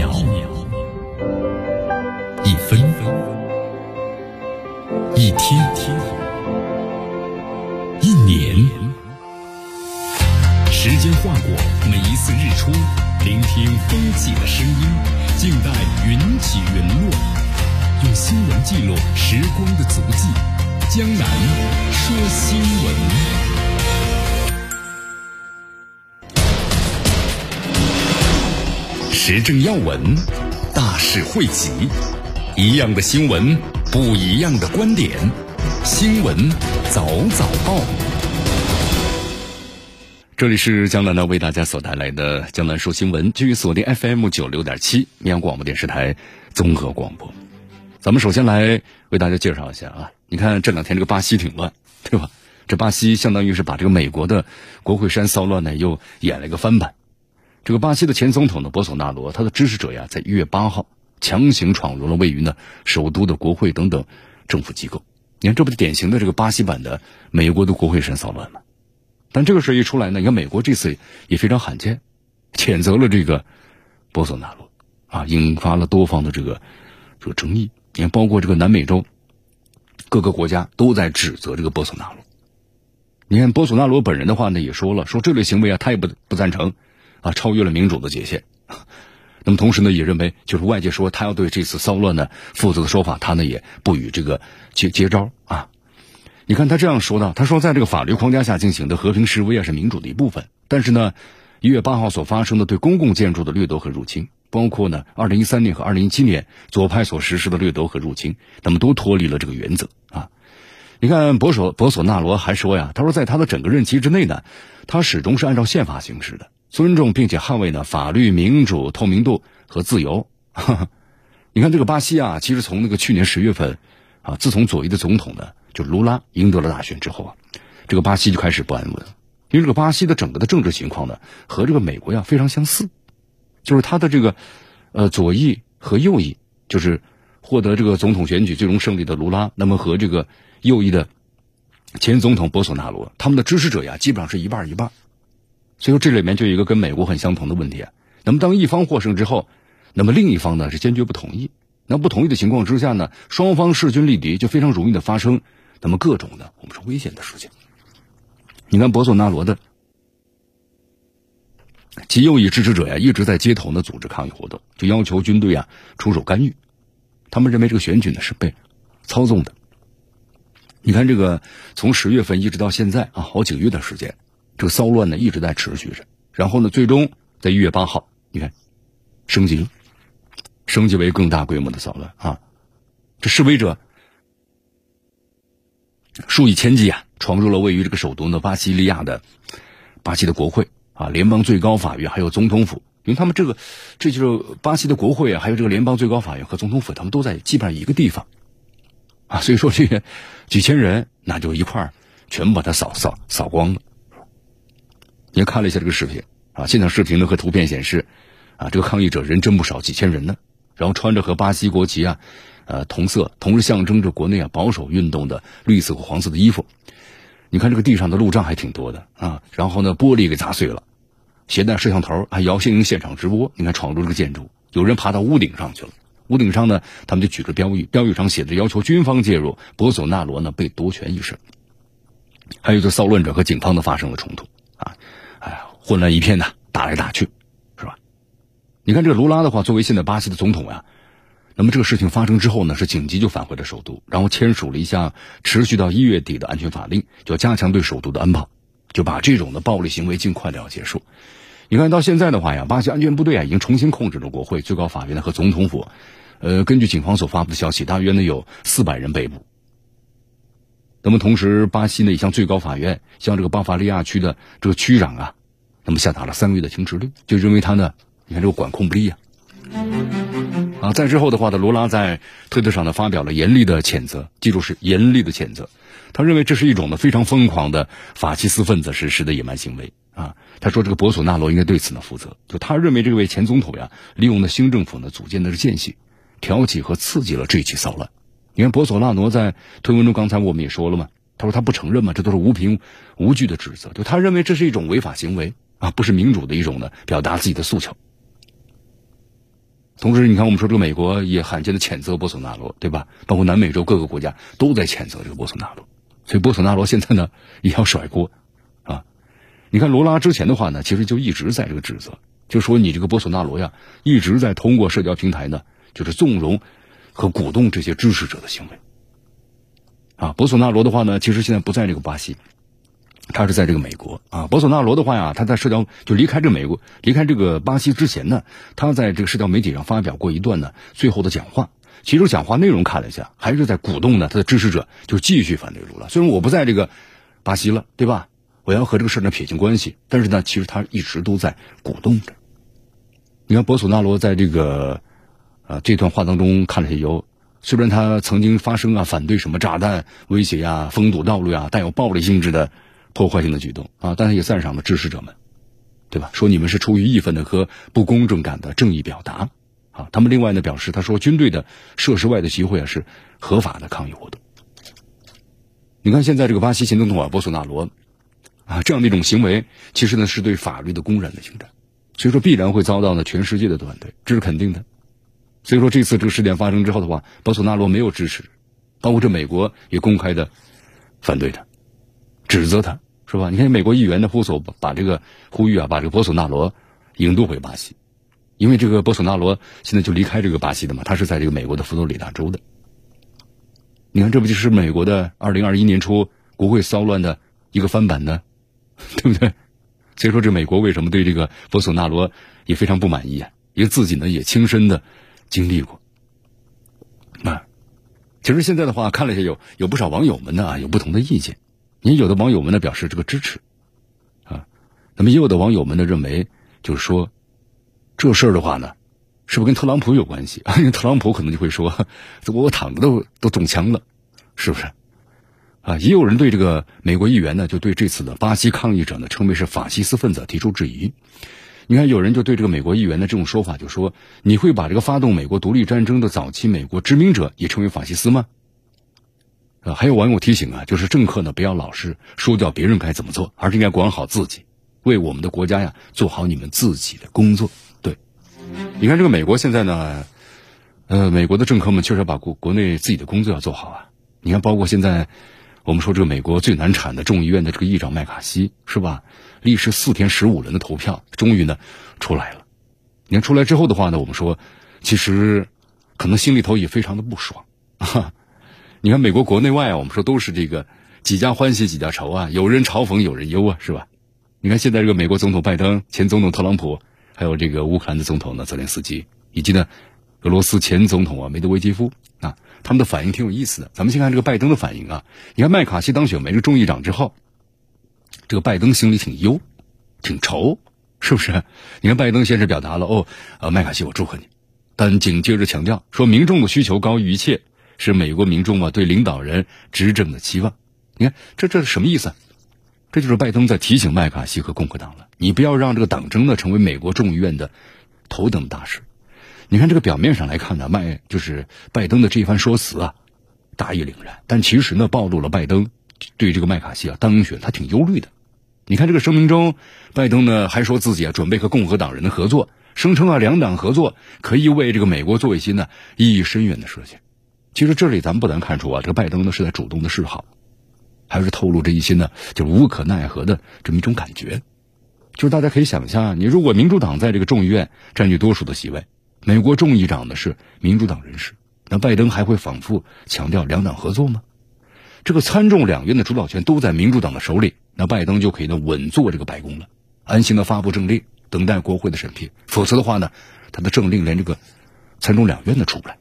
一分，一天，一年，时间划过每一次日出，聆听风起的声音，静待云起云落，用新闻记录时光的足迹。江南说新闻。时政要闻，大事汇集，一样的新闻，不一样的观点。新闻早早报，这里是江南为大家所带来的江南说新闻，继续锁定 FM96.7 绵阳广播电视台综合广播。咱们首先来为大家介绍一下啊，你看这两天这个巴西挺乱，对吧？这巴西相当于是把这个美国的国会山骚乱呢又演了一个翻版。这个巴西的前总统的博索纳罗，他的支持者呀，在1月8号强行闯入了位于呢首都的国会等等政府机构。你看，这不是典型的这个巴西版的美国的国会山骚乱吗？但这个事一出来呢，你看美国这次也非常罕见，谴责了这个博索纳罗啊，引发了多方的这个争议。你看，包括这个南美洲各个国家都在指责这个博索纳罗。你看，博索纳罗本人的话呢，也说了，说这类行为啊，他也不赞成。啊，超越了民主的界限。那么同时呢，也认为就是外界说他要对这次骚乱呢负责的说法，他呢也不予这个接招啊。你看他这样说的，他说在这个法律框架下进行的和平示威啊是民主的一部分，但是呢1月8号所发生的对公共建筑的掠夺和入侵，包括呢2013年和2017年左派所实施的掠夺和入侵，那么都脱离了这个原则啊。你看博索纳罗还说呀，他说在他的整个任期之内呢，他始终是按照宪法行事的，尊重并且捍卫呢法律、民主、透明度和自由。你看这个巴西啊，其实从那个去年10月份啊，自从左翼的总统呢就卢拉赢得了大选之后啊，这个巴西就开始不安稳，因为这个巴西的整个的政治情况呢和这个美国呀非常相似，就是他的这个左翼和右翼，就是获得这个总统选举最终胜利的卢拉，那么和这个右翼的前总统博索纳罗，他们的支持者呀基本上是一半一半。所以说这里面就有一个跟美国很相同的问题啊。那么当一方获胜之后，那么另一方呢是坚决不同意。那不同意的情况之下呢，双方势均力敌，就非常容易的发生那么各种的我们说危险的事情。你看博索纳罗的其右翼支持者呀一直在街头呢组织抗议活动，就要求军队啊出手干预。他们认为这个选举呢是被操纵的。你看这个从10月份一直到现在啊，好几个月的时间，这个骚乱呢一直在持续着，然后呢最终在1月8号你看升级为更大规模的骚乱啊。这示威者数以千计啊闯入了位于这个首都呢巴西的国会啊、联邦最高法院还有总统府，因为他们这就是巴西的国会啊，还有这个联邦最高法院和总统府，他们都在基本上一个地方啊，所以说这个几千人那就一块儿全部把它扫光了。也看了一下这个视频啊，现场视频呢和图片显示啊，这个抗议者人真不少，几千人呢，然后穿着和巴西国旗啊同色，同时象征着国内啊保守运动的绿色和黄色的衣服。你看这个地上的路障还挺多的啊，然后呢玻璃给砸碎了，携带摄像头还摇现场直播。你看闯入这个建筑，有人爬到屋顶上去了，屋顶上呢他们就举着标语，标语上写着要求军方介入，博索纳罗呢被夺权一事。还有这骚乱者和警方呢发生了冲突啊，混乱一片呢，打来打去，是吧？你看这个卢拉的话，作为现在巴西的总统呀，那么这个事情发生之后呢，是紧急就返回了首都，然后签署了一项持续到1月底的安全法令，就要加强对首都的安保，就把这种的暴力行为尽快的要结束。你看到现在的话呀，巴西安全部队啊已经重新控制了国会、最高法院和总统府。根据警方所发布的消息，大约呢有400人被捕。那么同时，巴西呢一项最高法院向这个巴伐利亚区的这个区长啊，那么下达了3个月的停职令，就认为他呢，你看这个管控不力啊。在之后的话呢，罗拉在推特上呢发表了严厉的谴责，记住是严厉的谴责。他认为这是一种呢非常疯狂的法西斯分子实施的野蛮行为啊。他说这个博索纳罗应该对此呢负责。就他认为这位前总统呀，利用了新政府呢组建的间隙，挑起和刺激了这起骚乱。你看博索纳罗在推文中，刚才我们也说了嘛，他说他不承认嘛，这都是无凭无据的指责，就他认为这是一种违法行为啊，不是民主的一种呢表达自己的诉求。 同时你看我们说这个美国也罕见的谴责波索纳罗，对吧？包括南美洲各个国家都在谴责这个波索纳罗，所以波索纳罗现在呢也要甩锅啊。你看罗拉之前的话呢，其实就一直在这个指责，就说你这个波索纳罗呀一直在通过社交平台呢就是纵容和鼓动这些支持者的行为啊。波索纳罗的话呢其实现在不在这个巴西，他是在这个美国啊。波索纳罗的话呀，他在社交就离开这个美国离开这个巴西之前呢，他在这个社交媒体上发表过一段呢最后的讲话，其实讲话内容看了一下，还是在鼓动呢他的支持者就继续反对卢拉。虽然我不在这个巴西了，对吧，我要和这个事呢撇清关系，但是呢其实他一直都在鼓动着。你看波索纳罗在这个这段话当中看了有，虽然他曾经发生反对什么炸弹威胁封堵道路带有暴力性质的破坏性的举动但是也赞赏了支持者们，对吧？说你们是出于义愤的和不公正感的正义表达他们另外呢表示，他说军队的设施外的集会是合法的抗议活动。你看现在这个巴西前总统波索纳罗这样的一种行为，其实呢是对法律的公然的侵占，所以说必然会遭到呢全世界的反对，这是肯定的。所以说这次这个事件发生之后的话，波索纳罗没有支持，包括这美国也公开的反对他，指责他，是吧？你看美国议员的呼吁把这个波索纳罗引渡回巴西，因为这个波索纳罗现在就离开这个巴西的嘛，他是在这个美国的佛罗里达州的。你看这不就是美国的2021年初国会骚乱的一个翻版呢，对不对？所以说这美国为什么对这个波索纳罗也非常不满意因为自己呢也亲身的经历过其实现在的话看了一下，有不少网友们呢有不同的意见。也有的网友们呢表示这个支持那么也有的网友们呢认为就是说这事儿的话呢是不是跟特朗普有关系因为特朗普可能就会说我躺着都中枪了，是不是也有人对这个美国议员呢就对这次的巴西抗议者呢称为是法西斯分子提出质疑。你看有人就对这个美国议员的这种说法就说，你会把这个发动美国独立战争的早期美国殖民者也称为法西斯吗？还有网友提醒就是政客呢不要老是说教别人该怎么做，而是应该管好自己，为我们的国家做好你们自己的工作。对，你看这个美国现在呢美国的政客们确实把国内自己的工作要做好你看包括现在我们说这个美国最难产的众议院的这个议长麦卡锡，是吧？历时4天15轮的投票终于呢出来了。你看出来之后的话呢，我们说其实可能心里头也非常的不爽你看美国国内外我们说都是这个几家欢喜几家愁有人嘲讽有人忧是吧？你看现在这个美国总统拜登、前总统特朗普，还有这个乌克兰的总统呢泽连斯基，以及呢俄罗斯前总统梅德韦杰夫他们的反应挺有意思的。咱们先看这个拜登的反应你看麦卡锡当选为这个众议长之后，这个拜登心里挺忧挺愁，是不是？你看拜登先是表达了麦卡锡我祝贺你，但紧接着强调说民众的需求高于一切，是美国民众对领导人执政的期望。你看这是什么意思？这就是拜登在提醒麦卡锡和共和党了，你不要让这个党争呢成为美国众议院的头等大事。你看这个表面上来看呢，就是拜登的这番说辞大义凛然，但其实呢暴露了拜登对这个麦卡锡当选他挺忧虑的。你看这个声明中，拜登呢还说自己准备和共和党人的合作，声称两党合作可以为这个美国做一些呢意义深远的事情。其实这里咱们不难看出这个拜登呢是在主动的示好，还是透露着一些呢就是无可奈何的这么一种感觉。就是大家可以想一下，你如果民主党在这个众议院占据多数的席位，美国众议长呢是民主党人士，那拜登还会反复强调两党合作吗？这个参众两院的主导权都在民主党的手里，那拜登就可以呢稳坐这个白宫了，安心的发布政令，等待国会的审批。否则的话呢，他的政令连这个参众两院都出不来。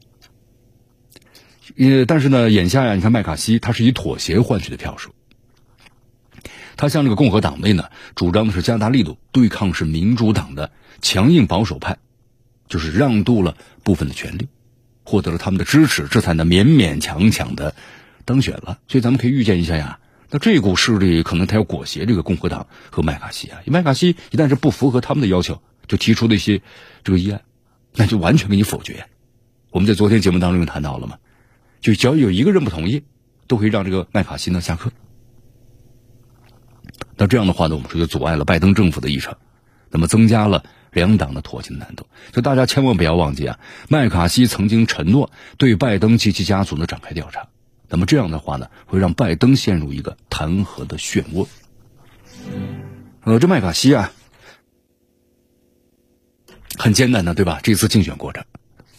但是呢，眼下你看麦卡锡他是以妥协换取的票数，他向这个共和党内呢主张的是加大力度对抗是民主党的强硬保守派，就是让渡了部分的权利，获得了他们的支持，这才能勉勉强强的当选了。所以咱们可以预见一下那这股势力可能他要裹挟这个共和党和麦卡锡麦卡锡一旦是不符合他们的要求，就提出的一些这个议案，那就完全给你否决。我们在昨天节目当中谈到了嘛，就只要有一个人不同意，都可以让这个麦卡锡呢下课。那这样的话呢，我们说就阻碍了拜登政府的议程，那么增加了两党的妥协难度。就大家千万不要忘记啊，麦卡锡曾经承诺对拜登及其家族呢展开调查，那么这样的话呢，会让拜登陷入一个弹劾的漩涡。这麦卡锡啊，很艰难的，对吧？这次竞选过程。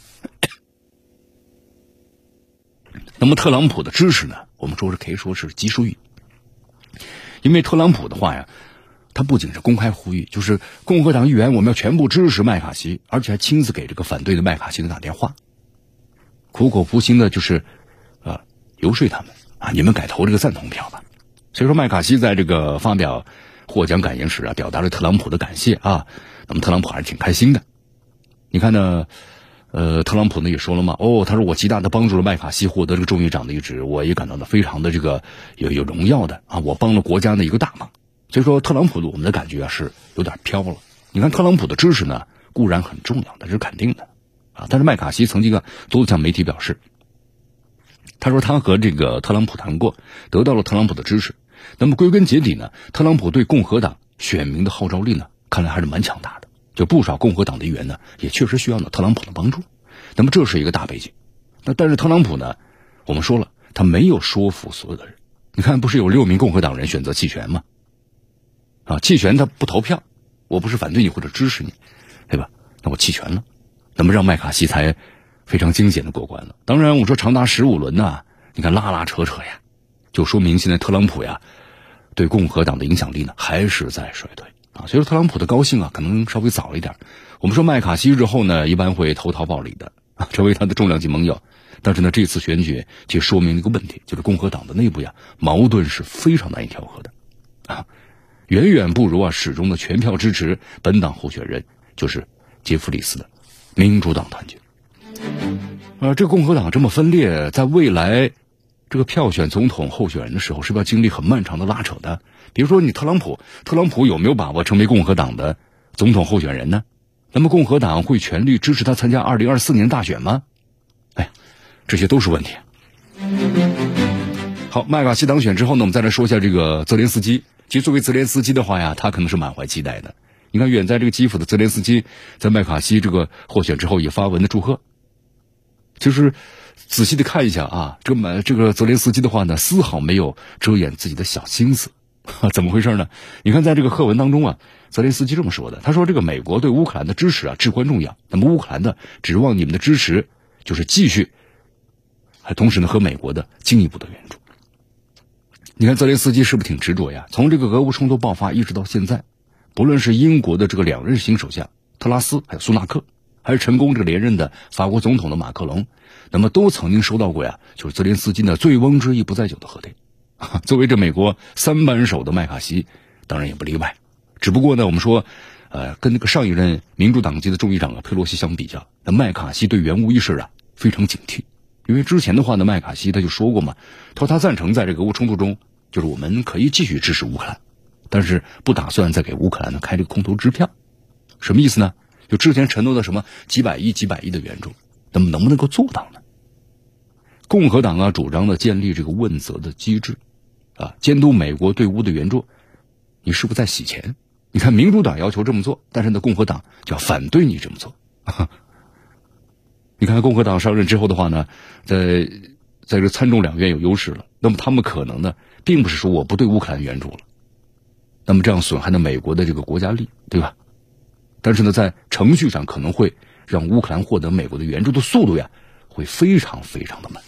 那么特朗普的支持呢，我们说是可以说是极属于，因为特朗普的话呀，他不仅是公开呼吁，就是共和党议员我们要全部支持麦卡锡，而且还亲自给这个反对的麦卡锡的打电话，苦口婆心的就是游说他们啊，你们改投这个赞同票吧。所以说麦卡锡在这个发表获奖感言时啊，表达了特朗普的感谢啊，那么特朗普还是挺开心的。你看呢，特朗普呢也说了嘛，他说我极大的帮助了麦卡锡获得这个众议长的一职，我也感到的非常的这个有荣耀的啊，我帮了国家的一个大忙。所以说特朗普我们的感觉啊是有点飘了。你看特朗普的支持呢固然很重要，那是肯定的啊，但是麦卡锡曾经多次向媒体表示，他说他和这个特朗普谈过，得到了特朗普的支持。那么归根结底呢，特朗普对共和党选民的号召力呢，看来还是蛮强大的。就不少共和党的议员呢，也确实需要呢特朗普的帮助。那么这是一个大背景。但是特朗普呢，我们说了，他没有说服所有的人。你看，不是有6名共和党人选择弃权吗？弃权他不投票，我不是反对你或者支持你，对吧？那我弃权了，那么让麦卡锡才非常惊险的过关了。当然，我说长达15轮呢，你看拉拉扯扯呀，就说明现在特朗普呀，对共和党的影响力呢还是在衰退啊。所以说特朗普的高兴啊，可能稍微早一点。我们说麦卡锡日后呢，一般会投桃报李的啊，成为他的重量级盟友。但是呢，这次选举却说明了一个问题，就是共和党的内部呀，矛盾是非常难以调和的啊。远远不如始终的全票支持本党候选人，就是杰弗里斯的民主党团结。这个共和党这么分裂，在未来这个票选总统候选人的时候，是不是要经历很漫长的拉扯的？比如说你特朗普有没有把握成为共和党的总统候选人呢？那么共和党会全力支持他参加2024年大选吗？这些都是问题。好，麦卡锡当选之后呢，我们再来说一下这个泽连斯基。其实作为泽连斯基的话呀，他可能是满怀期待的。你看远在这个基辅的泽连斯基，在麦卡锡这个获选之后也发文的祝贺。就是仔细的看一下啊，这个泽连斯基的话呢，丝毫没有遮掩自己的小心思。怎么回事呢？你看在这个贺文当中啊，泽连斯基这么说的，他说这个美国对乌克兰的支持至关重要，那么乌克兰的指望你们的支持就是继续，还同时呢和美国的进一步的援助。你看泽连斯基是不是挺执着呀？从这个俄乌冲突爆发一直到现在，不论是英国的这个2任新首相特拉斯还有苏纳克，还是成功这个连任的法国总统的马克龙，那么都曾经收到过就是泽连斯基的醉翁之意不在酒的贺电。作为这美国3班手的麦卡锡当然也不例外。只不过呢，我们说跟那个上一任民主党籍的众议长佩洛西相比较，那麦卡锡对援乌一事非常警惕。因为之前的话呢，麦卡锡他就说过嘛，他说他赞成在这个俄乌冲突中，就是我们可以继续支持乌克兰，但是不打算再给乌克兰呢开这个空头支票。什么意思呢？就之前承诺的什么几百亿的援助，那么能不能够做到呢？共和党主张的建立这个问责的机制监督美国对乌的援助，你是不是在洗钱？你看民主党要求这么做，但是呢共和党就要反对你这么做。你看共和党上任之后的话呢，在这参众两院有优势了，那么他们可能呢并不是说我不对乌克兰援助了，那么这样损害了美国的这个国家利益，对吧？但是呢在程序上可能会让乌克兰获得美国的援助的速度会非常非常的慢。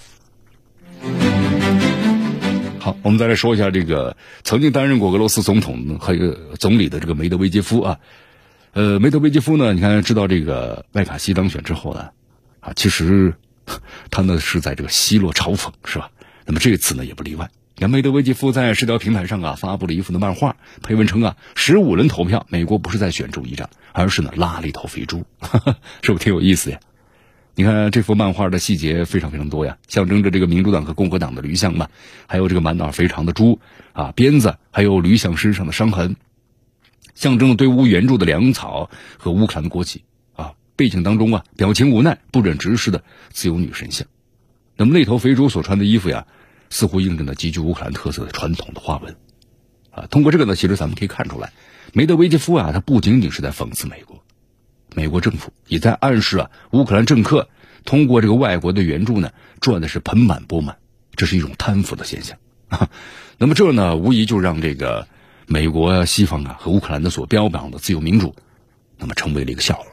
好，我们再来说一下这个曾经担任过俄罗斯总统还有总理的这个梅德韦杰夫梅德韦杰夫呢，你看知道这个麦卡锡当选之后呢其实他呢是在这个奚落嘲讽，是吧？那么这次呢也不例外。你看梅德韦杰夫在社交平台上发布了一幅的漫画，配文称15轮投票，美国不是在选众议长，而是呢拉了一头肥猪，是不是挺有意思呀？你看这幅漫画的细节非常非常多呀，象征着这个民主党和共和党的驴象嘛，还有这个满脑肥肠的猪鞭子，还有驴象身上的伤痕，象征了对乌援助的粮草和乌克兰的国旗背景当中表情无奈不忍直视的自由女神像。那么那头肥猪所穿的衣服似乎印证了极具乌克兰特色的传统的花纹通过这个呢，其实咱们可以看出来梅德韦杰夫他不仅仅是在讽刺美国， 美国政府也在暗示啊，乌克兰政客通过这个外国的援助呢，赚的是盆满钵满，这是一种贪腐的现象。那么这呢，无疑就让这个美国西方啊和乌克兰的所标榜的自由民主，那么成为了一个笑话。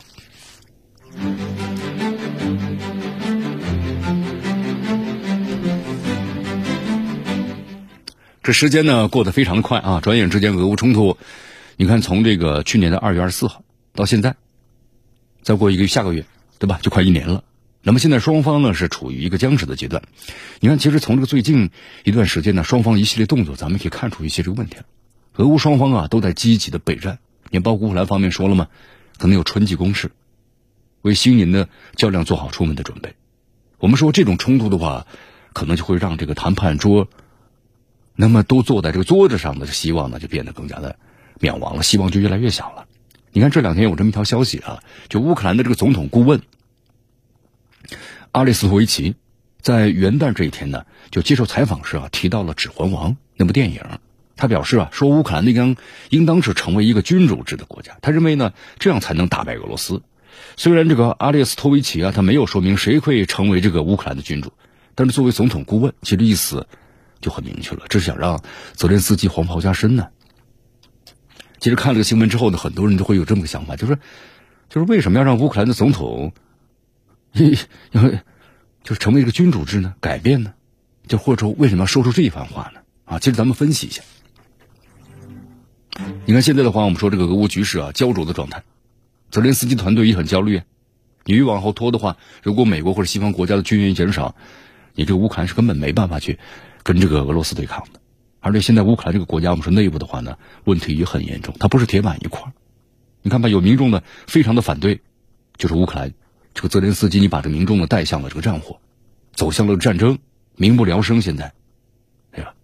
这时间呢过得非常的快啊，转眼之间俄乌冲突，你看从这个去年的2月24号到现在，再过下个月，对吧？就快1年了。那么现在双方呢是处于一个僵持的阶段。你看，其实从这个最近一段时间呢，双方一系列动作，咱们可以看出一些这个问题了。俄乌双方啊都在积极的备战，也包括乌克兰方面说了嘛，可能有春季攻势，为新年的较量做好出门的准备。我们说这种冲突的话，可能就会让这个谈判桌，那么都坐在这个桌子上的希望呢，就变得更加的渺茫了，希望就越来越小了。你看这2天有这么一条消息啊，就乌克兰的这个总统顾问阿列斯托维奇在元旦这一天呢，就接受采访时啊，提到了《指环王》那部电影。他表示啊，说乌克兰应当是成为一个君主制的国家，他认为呢，这样才能打败俄罗斯。虽然这个阿列斯托维奇啊，他没有说明谁会成为这个乌克兰的君主，但是作为总统顾问，其实意思就很明确了，这是想让泽连斯基黄袍加身呢。其实看了这个新闻之后呢，很多人都会有这么个想法，就是为什么要让乌克兰的总统就是成为这个君主制呢？改变呢？就或者说为什么要说出这一番话呢？啊，其实咱们分析一下。你看现在的话，我们说这个俄乌局势啊，焦灼的状态，泽连斯基团队也很焦虑。你越往后拖的话，如果美国或者西方国家的军援减少，你这个乌克兰是根本没办法去跟这个俄罗斯对抗的。而且现在乌克兰这个国家，我们说内部的话呢，问题也很严重，它不是铁板一块。你看吧，有民众呢非常的反对，就是乌克兰这个泽连斯基，你把这民众呢带向了这个战火，走向了战争，民不聊生。现在，对吧？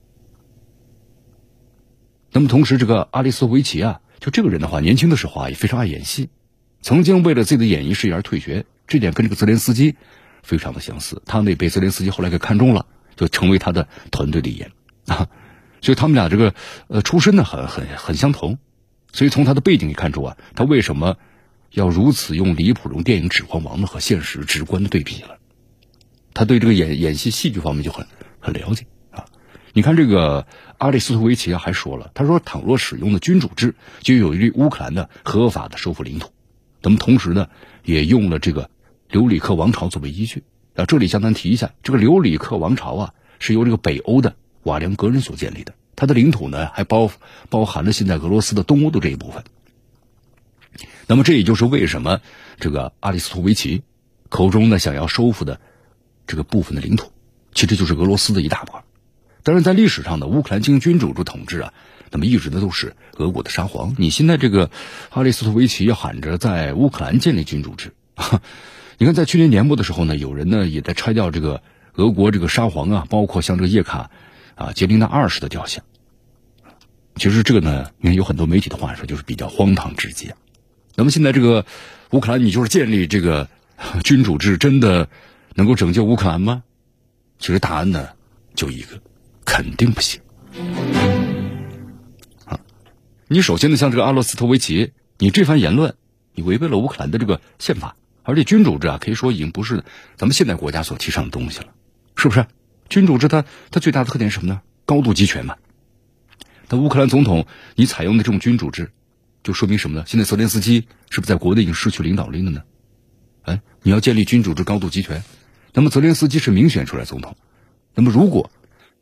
那么同时，这个阿列斯托维奇啊，就这个人的话，年轻的时候啊也非常爱演戏，曾经为了自己的演艺事业而退学，这点跟这个泽连斯基非常的相似。他呢被泽连斯基后来给看中了，就成为他的团队的一员啊。所以他们俩这个出身呢很相同。所以从他的背景可以看出啊，他为什么要如此用离谱用电影《指环王》呢和现实直观的对比了。他对这个演戏戏剧方面就很了解啊。你看这个阿列斯托维奇啊还说了，他说倘若使用的君主制，就有利乌克兰的合法的收复领土。那么同时呢，也用了这个留里克王朝作为依据啊。这里向咱提一下，这个留里克王朝啊，是由这个北欧的瓦良格人所建立的，它的领土呢还包含了现在俄罗斯的东欧的这一部分。那么这也就是为什么这个阿里斯托维奇口中呢想要收复的这个部分的领土，其实就是俄罗斯的一大块。当然在历史上的乌克兰经君主制统治啊，那么一直的都是俄国的沙皇。你现在这个阿里斯托维奇喊着在乌克兰建立君主制，你看在去年年末的时候呢，有人呢也在拆掉这个俄国这个沙皇啊，包括像这个叶卡捷琳娜2世的雕像。其实这个呢，你看有很多媒体的话说就是比较荒唐至极。那么现在这个乌克兰，你就是建立这个君主制，真的能够拯救乌克兰吗？其实答案呢就一个，肯定不行。你首先呢，像这个阿洛斯托维奇，你这番言论，你违背了乌克兰的这个宪法，而且君主制啊，可以说已经不是咱们现代国家所提倡的东西了，是不是？君主制它最大的特点是什么呢？高度集权嘛。但乌克兰总统你采用的这种君主制，就说明什么呢？现在泽连斯基是不是在国内已经失去领导力了呢？你要建立君主制高度集权，那么泽连斯基是民选出来总统，那么如果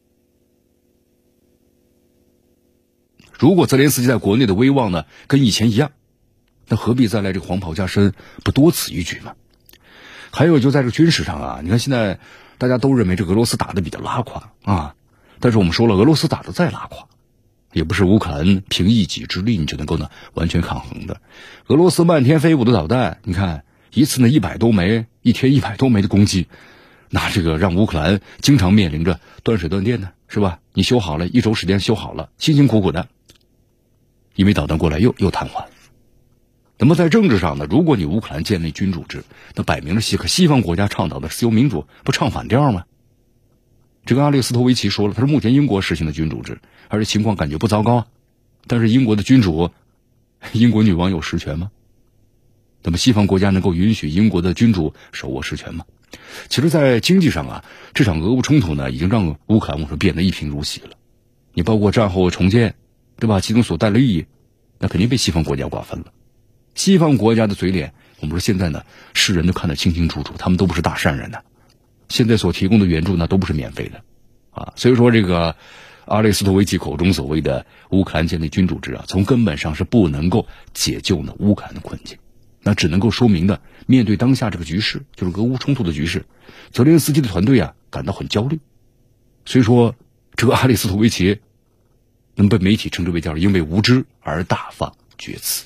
泽连斯基在国内的威望呢跟以前一样，那何必再来这个黄袍加身，不多此一举吗？还有就在这个军事上啊，你看现在大家都认为这个俄罗斯打得比较拉垮啊，但是我们说了，俄罗斯打得再拉垮，也不是乌克兰凭一己之力你就能够呢完全抗衡的。俄罗斯漫天飞舞的导弹，你看一次呢100多枚，一天100多枚的攻击，那这个让乌克兰经常面临着断水断电呢，是吧？你修好了1周时间修好了，辛辛苦苦的一枚导弹过来又瘫痪。那么在政治上呢，如果你乌克兰建立君主制，那摆明了和西方国家倡导的自由民主不唱反调吗？这个阿列斯托维奇说了，他说目前英国实行的君主制，而且情况感觉不糟糕，但是英国的君主，英国女王有实权吗？ 那么西方国家能够允许英国的君主手握实权吗？其实在经济上啊，这场俄乌冲突呢，已经让乌克兰变得一贫如洗了。你包括战后重建，对吧？其中所带来的利益，那肯定被西方国家瓜分了。西方国家的嘴脸，我们说现在呢，世人都看得清清楚楚，他们都不是大善人呐。现在所提供的援助那都不是免费的啊。所以说这个阿列斯托维奇口中所谓的乌克兰建立君主制啊，从根本上是不能够解救呢乌克兰的困境。那只能够说明的，面对当下这个局势，就是俄乌冲突的局势，泽连斯基的团队啊感到很焦虑。所以说这个阿列斯托维奇能被媒体称之为叫因为无知而大放厥词。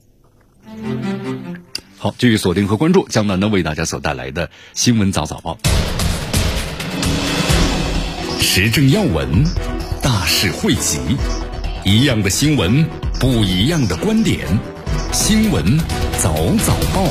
好，继续锁定和关注江南呢为大家所带来的新闻早早报， 时政要闻，大事汇集，一样的新闻，不一样的观点。新闻早早报，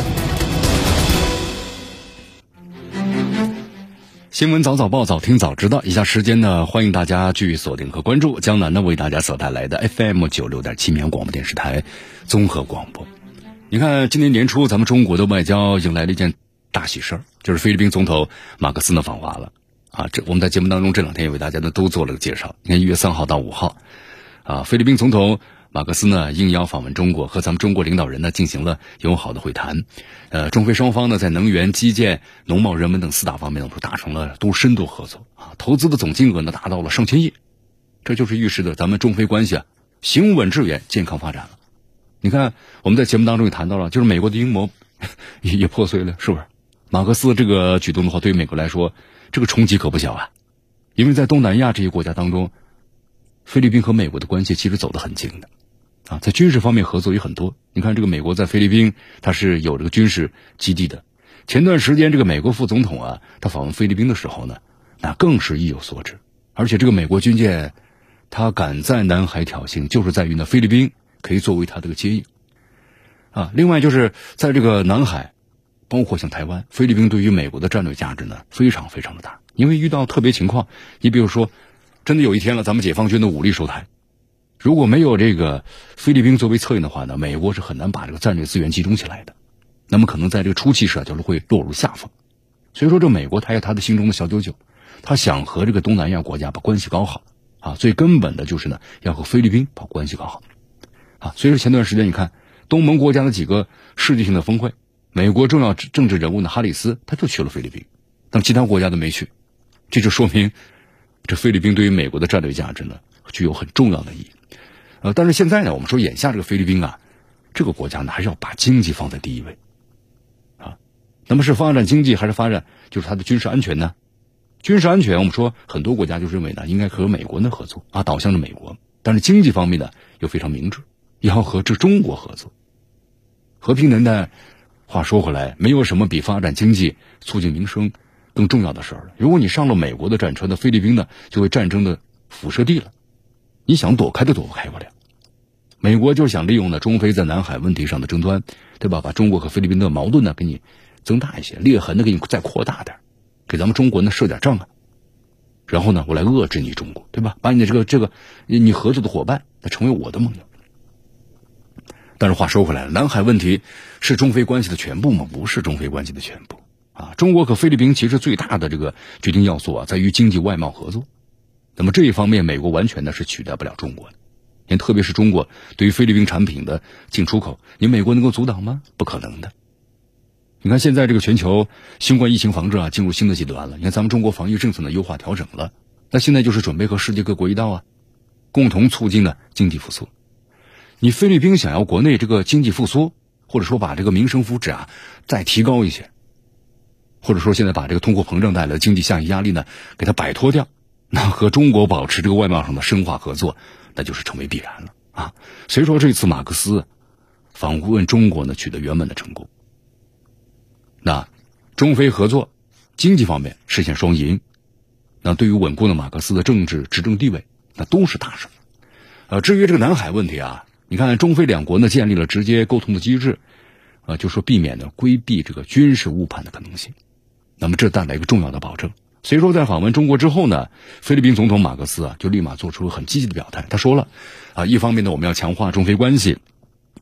新闻早早报，早听早知道。以下时间呢，欢迎大家继续锁定和关注江南呢为大家所带来的 FM96.7 绵阳广播电视台综合广播。你看，今年年初咱们中国的外交迎来了一件大喜事儿，就是菲律宾总统马克思呢访华了啊。我们在节目当中这两天也为大家呢都做了个介绍。你看1月3号到5号啊，菲律宾总统马克思呢应邀访问中国，和咱们中国领导人呢进行了友好的会谈。中菲双方呢在能源、基建、农贸、人文等4大方面呢达成了都深度合作啊，投资的总金额呢达到了上千亿，这就是预示着咱们中菲关系啊行稳致远、健康发展了。你看我们在节目当中也谈到了，就是美国的阴谋也破碎了，是不是？马克思这个举动的话，对于美国来说，这个冲击可不小啊，因为在东南亚这些国家当中，菲律宾和美国的关系其实走得很近的。啊，在军事方面合作也很多。你看这个美国在菲律宾，它是有这个军事基地的。前段时间这个美国副总统啊，他访问菲律宾的时候呢，那更是意有所指。而且这个美国军舰，他敢在南海挑衅，就是在于呢菲律宾可以作为他这个接应。啊，另外就是在这个南海，包括像台湾，菲律宾对于美国的战略价值呢非常非常的大。因为遇到特别情况，你比如说，真的有一天了，咱们解放军的武力收台。如果没有这个菲律宾作为策应的话呢，美国是很难把这个战略资源集中起来的，那么可能在这个初期时啊，就是会落入下风。所以说这美国他有他的心中的小九九，他想和这个东南亚国家把关系搞好啊，最根本的就是呢要和菲律宾把关系搞好啊。所以说前段时间你看东盟国家的几个世界性的峰会，美国重要政治人物呢哈里斯他就去了菲律宾，但其他国家都没去，这就说明这菲律宾对于美国的战略价值呢具有很重要的意义。但是现在呢，我们说眼下这个菲律宾啊，这个国家呢还是要把经济放在第一位啊。那么是发展经济还是发展就是它的军事安全呢？军事安全我们说很多国家就认为呢应该和美国呢合作啊，导向着美国。但是经济方面呢又非常明智，要和这中国合作。和平年代，话说回来，没有什么比发展经济、促进民生更重要的事儿了。如果你上了美国的战车，那菲律宾呢就为战争的辐射地了，你想躲开都躲不开不了。美国就是想利用呢中菲在南海问题上的争端，对吧？把中国和菲律宾的矛盾呢给你增大一些，裂痕呢给你再扩大点，给咱们中国呢设点障碍，然后呢我来遏制你中国，对吧？把你的这个你合作的伙伴那成为我的盟友。但是话说回来了，南海问题是中菲关系的全部吗？不是中菲关系的全部啊。中国和菲律宾其实最大的这个决定要素啊在于经济外贸合作。那么这一方面美国完全呢是取代不了中国的。你特别是中国对于菲律宾产品的进出口，你美国能够阻挡吗？不可能的。你看现在这个全球新冠疫情防治啊进入新的阶段了，你看咱们中国防疫政策呢优化调整了，那现在就是准备和世界各国一道啊，共同促进呢经济复苏。你菲律宾想要国内这个经济复苏，或者说把这个民生福祉啊再提高一些，或者说现在把这个通货膨胀带来的经济下行压力呢给它摆脱掉，那和中国保持这个外贸上的深化合作，那就是成为必然了啊。所以说这次马克思访问中国呢取得圆满的成功，那中菲合作经济方面实现双赢，那对于稳固了马克思的政治执政地位那都是大事。至于这个南海问题啊，你看中菲两国呢建立了直接沟通的机制，就说避免呢规避这个军事误判的可能性，那么这带来一个重要的保证。所以说在访问中国之后呢，菲律宾总统马克思啊就立马做出了很积极的表态。他说了一方面呢我们要强化中菲关系，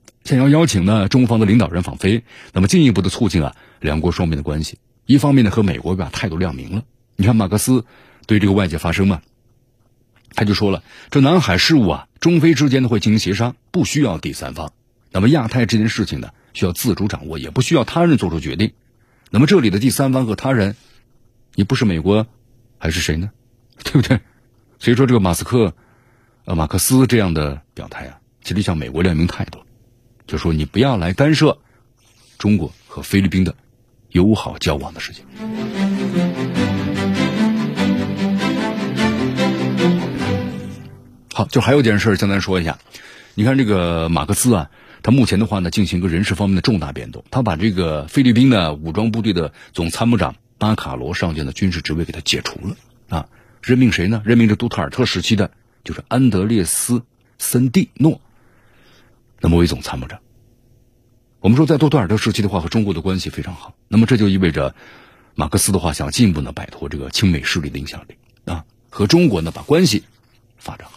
想要邀请呢中方的领导人访菲，那么进一步的促进两国双边的关系。一方面呢和美国把态度亮明了，你看马克思对这个外界发声嘛，他就说了，这南海事务中非之间呢会进行协商，不需要第三方。那么亚太这件事情呢需要自主掌握，也不需要他人做出决定。那么这里的第三方和他人，你不是美国还是谁呢？对不对？所以说这个马克思这样的表态其实向美国亮明态度，就说你不要来干涉中国和菲律宾的友好交往的事情。好，就还有件事简单说一下。你看这个马克思他目前的话呢进行一个人事方面的重大变动，他把这个菲律宾的武装部队的总参谋长巴卡罗上将的军事职位给他解除了任命谁呢？任命这杜特尔特时期的就是安德烈斯·森蒂诺那么为总参谋长。我们说在杜特尔特时期的话和中国的关系非常好，那么这就意味着马克思的话想进一步呢摆脱这个亲美势力的影响力和中国呢把关系发展好。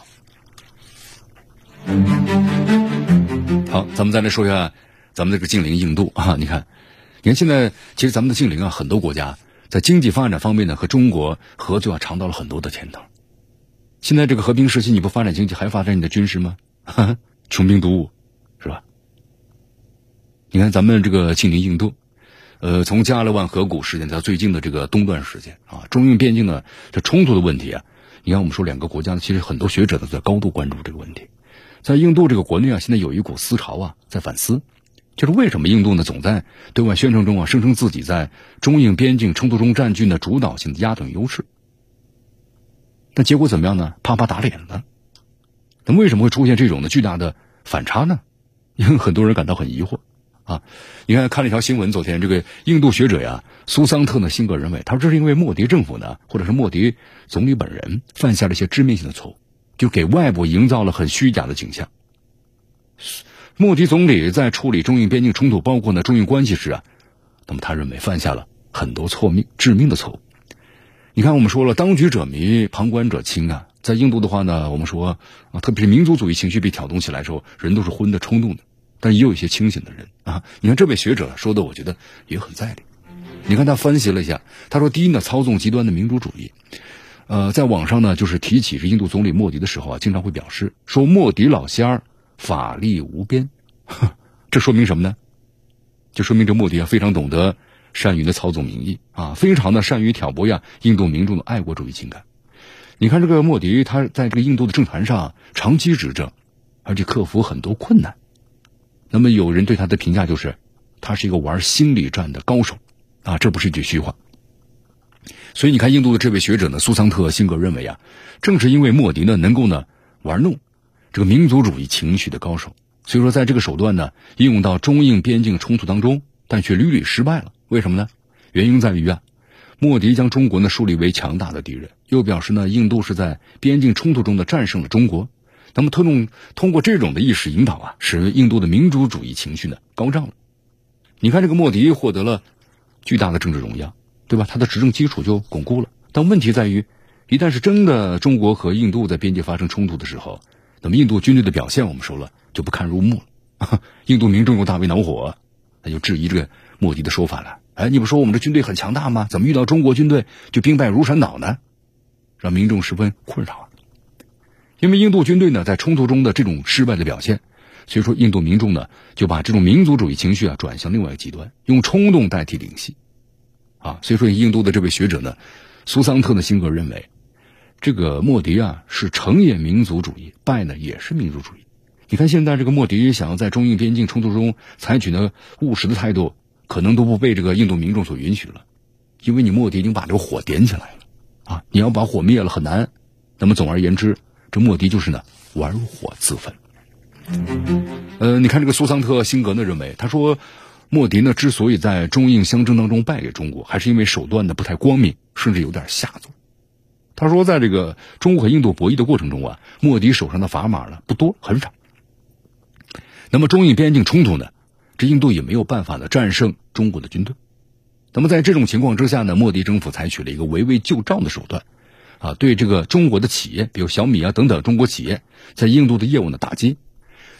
好，咱们再来说一下咱们这个近邻印度你看现在其实咱们的近邻很多国家在经济发展方面呢和中国合作尝到了很多的甜头。现在这个和平时期你不发展经济还发展你的军事吗？穷兵黩武是吧？你看咱们这个近邻印度从加勒万河谷事件到最近的这个东段事件中印边境的这冲突的问题你看我们说两个国家其实很多学者都在高度关注这个问题。在印度这个国内现在有一股思潮在反思，就是为什么印度呢总在对外宣称中声称自己在中印边境冲突中占据呢主导性的压倒优势，那结果怎么样呢？啪啪打脸了。那为什么会出现这种的巨大的反差呢？因为很多人感到很疑惑你看了一条新闻，昨天这个印度学者苏桑特呢辛格认为，他说这是因为莫迪政府呢或者是莫迪总理本人犯下了一些致命性的错误，就给外部营造了很虚假的景象。莫迪总理在处理中印边境冲突包括呢中印关系时那么他认为犯下了很多致命的错误。你看我们说了，当局者迷旁观者清在印度的话呢，我们说特别是民族主义情绪被挑动起来的时候，人都是昏的冲动的，但也有一些清醒的人你看这位学者说的我觉得也很在理。你看他分析了一下，他说第一呢，操纵极端的民主主义在网上呢就是提起这印度总理莫迪的时候经常会表示说莫迪老仙儿法力无边这说明什么呢？就说明这莫迪非常懂得善于的操纵民意非常的善于挑拨印度民众的爱国主义情感。你看这个莫迪他在这个印度的政坛上长期执政，而且克服很多困难。那么有人对他的评价就是他是一个玩心理战的高手这不是一句虚话。所以你看印度的这位学者呢苏桑特辛格认为正是因为莫迪呢能够呢玩弄这个民族主义情绪的高手，所以说在这个手段呢应用到中印边境冲突当中，但却屡屡失败了。为什么呢？原因在于莫迪将中国呢树立为强大的敌人，又表示呢印度是在边境冲突中的战胜了中国。那么通过这种的意识引导使印度的民族主义情绪呢高涨了。你看这个莫迪获得了巨大的政治荣耀，对吧？他的执政基础就巩固了。但问题在于，一旦是真的中国和印度在边界发生冲突的时候，那么印度军队的表现我们说了就不堪入目了印度民众又大为恼火，他就质疑这个莫迪的说法了。你不说我们的军队很强大吗？怎么遇到中国军队就兵败如山倒呢？让民众十分困扰因为印度军队呢在冲突中的这种失败的表现，所以说印度民众呢就把这种民族主义情绪转向另外一个极端，用冲动代替领系所以说印度的这位学者呢苏桑特的辛格认为，这个莫迪是成也民族主义，败呢也是民族主义。你看现在这个莫迪想要在中印边境冲突中采取呢务实的态度，可能都不被这个印度民众所允许了，因为你莫迪已经把这个火点起来了你要把火灭了很难。那么总而言之，这莫迪就是呢玩火自焚。你看这个苏桑特辛格呢认为，他说莫迪呢之所以在中印相争当中败给中国，还是因为手段呢不太光明，甚至有点下作。他说在这个中国和印度博弈的过程中莫迪手上的砝码呢不多，很少。那么中印边境冲突呢，这印度也没有办法呢战胜中国的军队。那么在这种情况之下呢，莫迪政府采取了一个围魏救赵的手段对这个中国的企业，比如小米等等中国企业在印度的业务呢打击。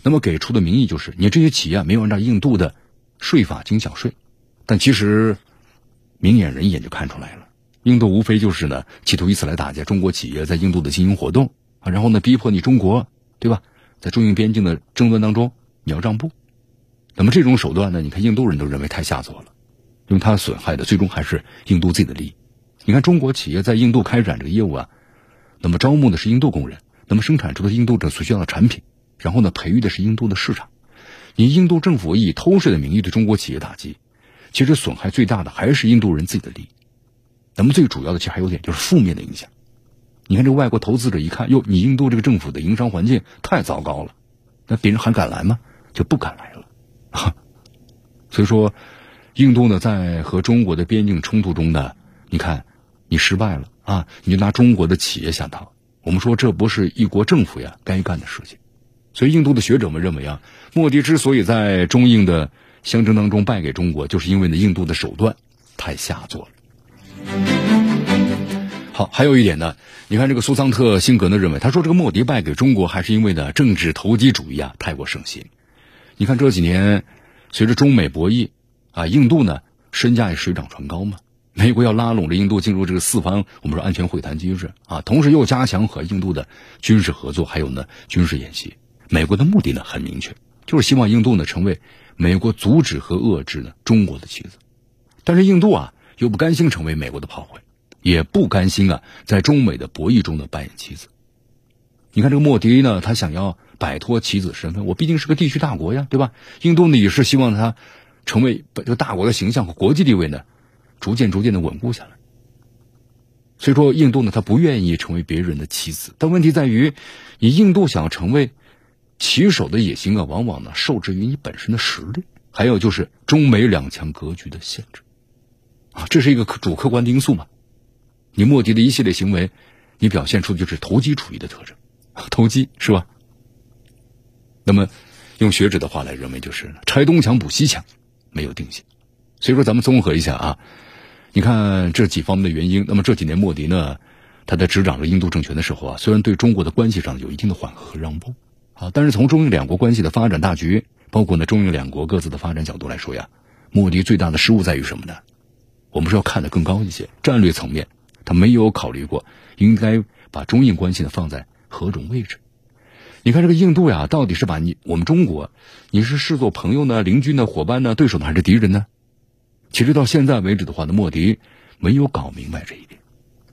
那么给出的名义就是你这些企业没有按照印度的税法进行缴税，但其实明眼人一眼就看出来了，印度无非就是呢企图以此来打击中国企业在印度的经营活动啊，然后呢逼迫你中国，对吧，在中印边境的争端当中你要让步。那么这种手段呢，你看印度人都认为太下作了，因为它损害的最终还是印度自己的利益。你看中国企业在印度开展这个业务啊，那么招募的是印度工人，那么生产出的印度所需要的产品，然后呢培育的是印度的市场。你印度政府以偷税的名义对中国企业打击，其实损害最大的还是印度人自己的利益。那么最主要的其实还有点就是负面的影响。你看这个外国投资者一看，哟，你印度这个政府的营商环境太糟糕了，那别人还敢来吗？就不敢来了。所以说印度呢在和中国的边境冲突中呢，你看你失败了啊，你就拿中国的企业下套，我们说这不是一国政府呀该干的事情。所以印度的学者们认为啊，莫迪之所以在中印的相争当中败给中国，就是因为呢印度的手段太下作了。好，还有一点呢，你看这个苏桑特辛格呢认为，他说这个莫迪败给中国还是因为呢政治投机主义啊太过盛行。你看这几年随着中美博弈啊，印度呢身价也水涨船高嘛，美国要拉拢着印度进入这个四方我们说安全会谈机制啊，同时又加强和印度的军事合作，还有呢军事演习。美国的目的呢很明确，就是希望印度呢成为美国阻止和遏制呢中国的棋子。但是印度啊又不甘心成为美国的炮灰，也不甘心啊在中美的博弈中呢扮演棋子。你看这个莫迪呢，他想要摆脱棋子身份，我毕竟是个地区大国呀，对吧？印度呢也是希望他成为这个大国的形象和国际地位呢逐渐的稳固下来。所以说印度呢他不愿意成为别人的棋子，但问题在于你印度想要成为棋手的野心啊，往往呢受制于你本身的实力，还有就是中美两强格局的限制啊，这是一个主客观的因素嘛。你莫迪的一系列行为，你表现出的就是投机主义的特征，投机是吧？那么用学者的话来认为，就是拆东墙补西墙，没有定性。所以说咱们综合一下啊，你看这几方面的原因。那么这几年莫迪呢，他在执掌着印度政权的时候啊，虽然对中国的关系上有一定的缓和和让步啊，但是从中印两国关系的发展大局，包括呢中印两国各自的发展角度来说呀，莫迪最大的失误在于什么呢？我们是要看得更高一些，战略层面他没有考虑过应该把中印关系呢放在何种位置。你看这个印度呀，到底是把我们中国你是视作朋友呢、邻居呢、伙伴呢、对手呢，还是敌人呢？其实到现在为止的话呢，莫迪没有搞明白这一点。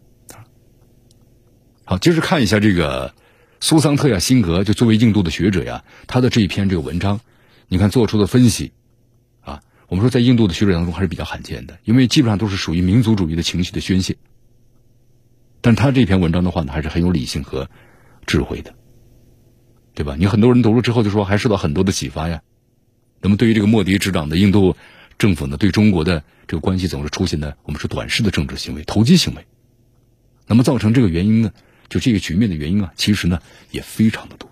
好，接着看一下这个苏桑特呀辛格，就作为印度的学者呀，他的这一篇这个文章，你看做出的分析啊，我们说在印度的学者当中还是比较罕见的，因为基本上都是属于民族主义的情绪的宣泄。但他这篇文章的话呢，还是很有理性和智慧的，对吧？你很多人读了之后就说还受到很多的启发呀。那么对于这个莫迪执掌的印度政府呢，对中国的这个关系总是出现的我们说短视的政治行为、投机行为。那么造成这个原因呢，就这个局面的原因啊，其实呢也非常的多。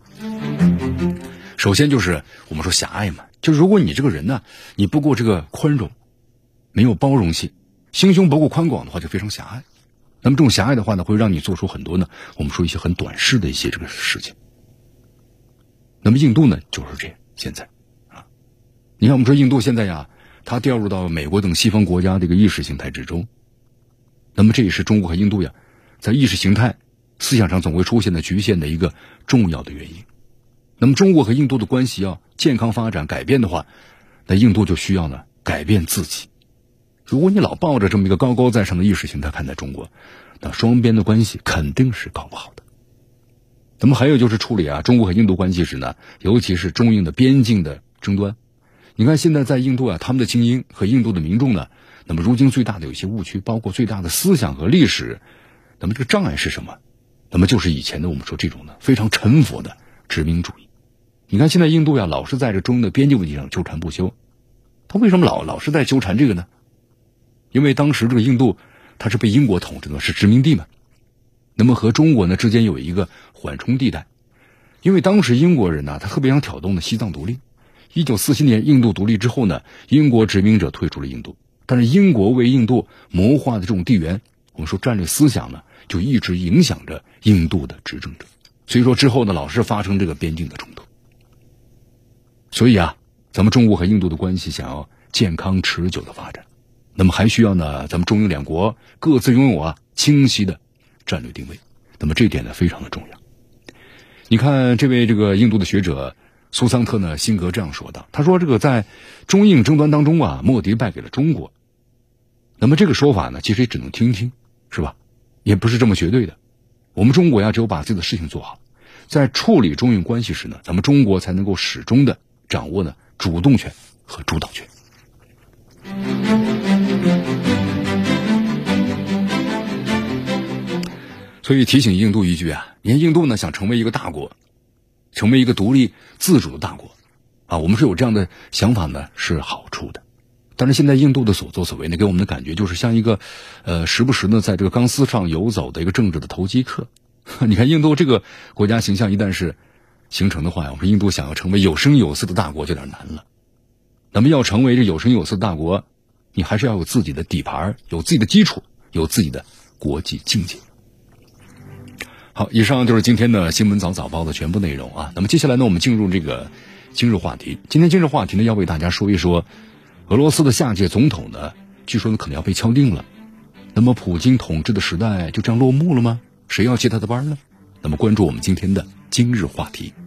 首先就是我们说狭隘嘛，就是如果你这个人呢，你不够这个宽容，没有包容性，心胸不够宽广的话，就非常狭隘。那么这种狭隘的话呢，会让你做出很多呢，我们说一些很短视的一些这个事情。那么印度呢就是这样，现在啊，你看我们说印度现在呀，它掉入到美国等西方国家这个意识形态之中。那么这也是中国和印度呀，在意识形态思想上总会出现的局限的一个重要的原因。那么中国和印度的关系要健康发展改变的话，那印度就需要呢改变自己。如果你老抱着这么一个高高在上的意识形态看待中国，那双边的关系肯定是搞不好的。那么还有就是处理啊中国和印度关系时呢，尤其是中印的边境的争端。你看现在在印度啊，他们的精英和印度的民众呢，那么如今最大的有一些误区，包括最大的思想和历史，那么这个障碍是什么？那么就是以前的我们说这种呢非常沉浮的殖民主义。你看现在印度呀，老是在这中印的边境问题上纠缠不休。他为什么老是在纠缠这个呢？因为当时这个印度它是被英国统治的，是殖民地嘛。那么和中国呢之间有一个缓冲地带。因为当时英国人呢，他特别想挑动的西藏独立。1947年印度独立之后呢，英国殖民者退出了印度，但是英国为印度谋划的这种地缘，我们说战略思想呢，就一直影响着印度的执政者。所以说之后呢，老是发生这个边境的冲突。 所以啊，咱们中国和印度的关系想要健康持久的发展，那么还需要呢，咱们中印两国各自拥有清晰的战略定位。那么这一点呢非常的重要。你看这位印度的学者苏桑特呢辛格这样说的，他说在中印争端当中莫迪败给了中国。那么这个说法呢其实也只能听听，是吧？也不是这么绝对的。我们中国只有把自己的事情做好，在处理中印关系时呢，咱们中国才能够始终的掌握呢主动权和主导权。所以提醒印度一句你看印度呢想成为一个大国，成为一个独立自主的大国我们是有这样的想法呢是好处的。但是现在印度的所作所为呢，给我们的感觉就是像一个时不时呢在这个钢丝上游走的一个政治的投机客。你看印度这个国家形象一旦是形成的话，我们印度想要成为有声有色的大国就有点难了。那么要成为这有声有色的大国，你还是要有自己的底盘，有自己的基础，有自己的国际境界。好，以上就是今天的新闻早报的全部内容那么接下来呢，我们进入这个今日话题。今天今日话题呢，要为大家说一说俄罗斯的下届总统呢，据说呢可能要被敲定了。那么普京统治的时代就这样落幕了吗？谁要接他的班呢？那么关注我们今天的今日话题。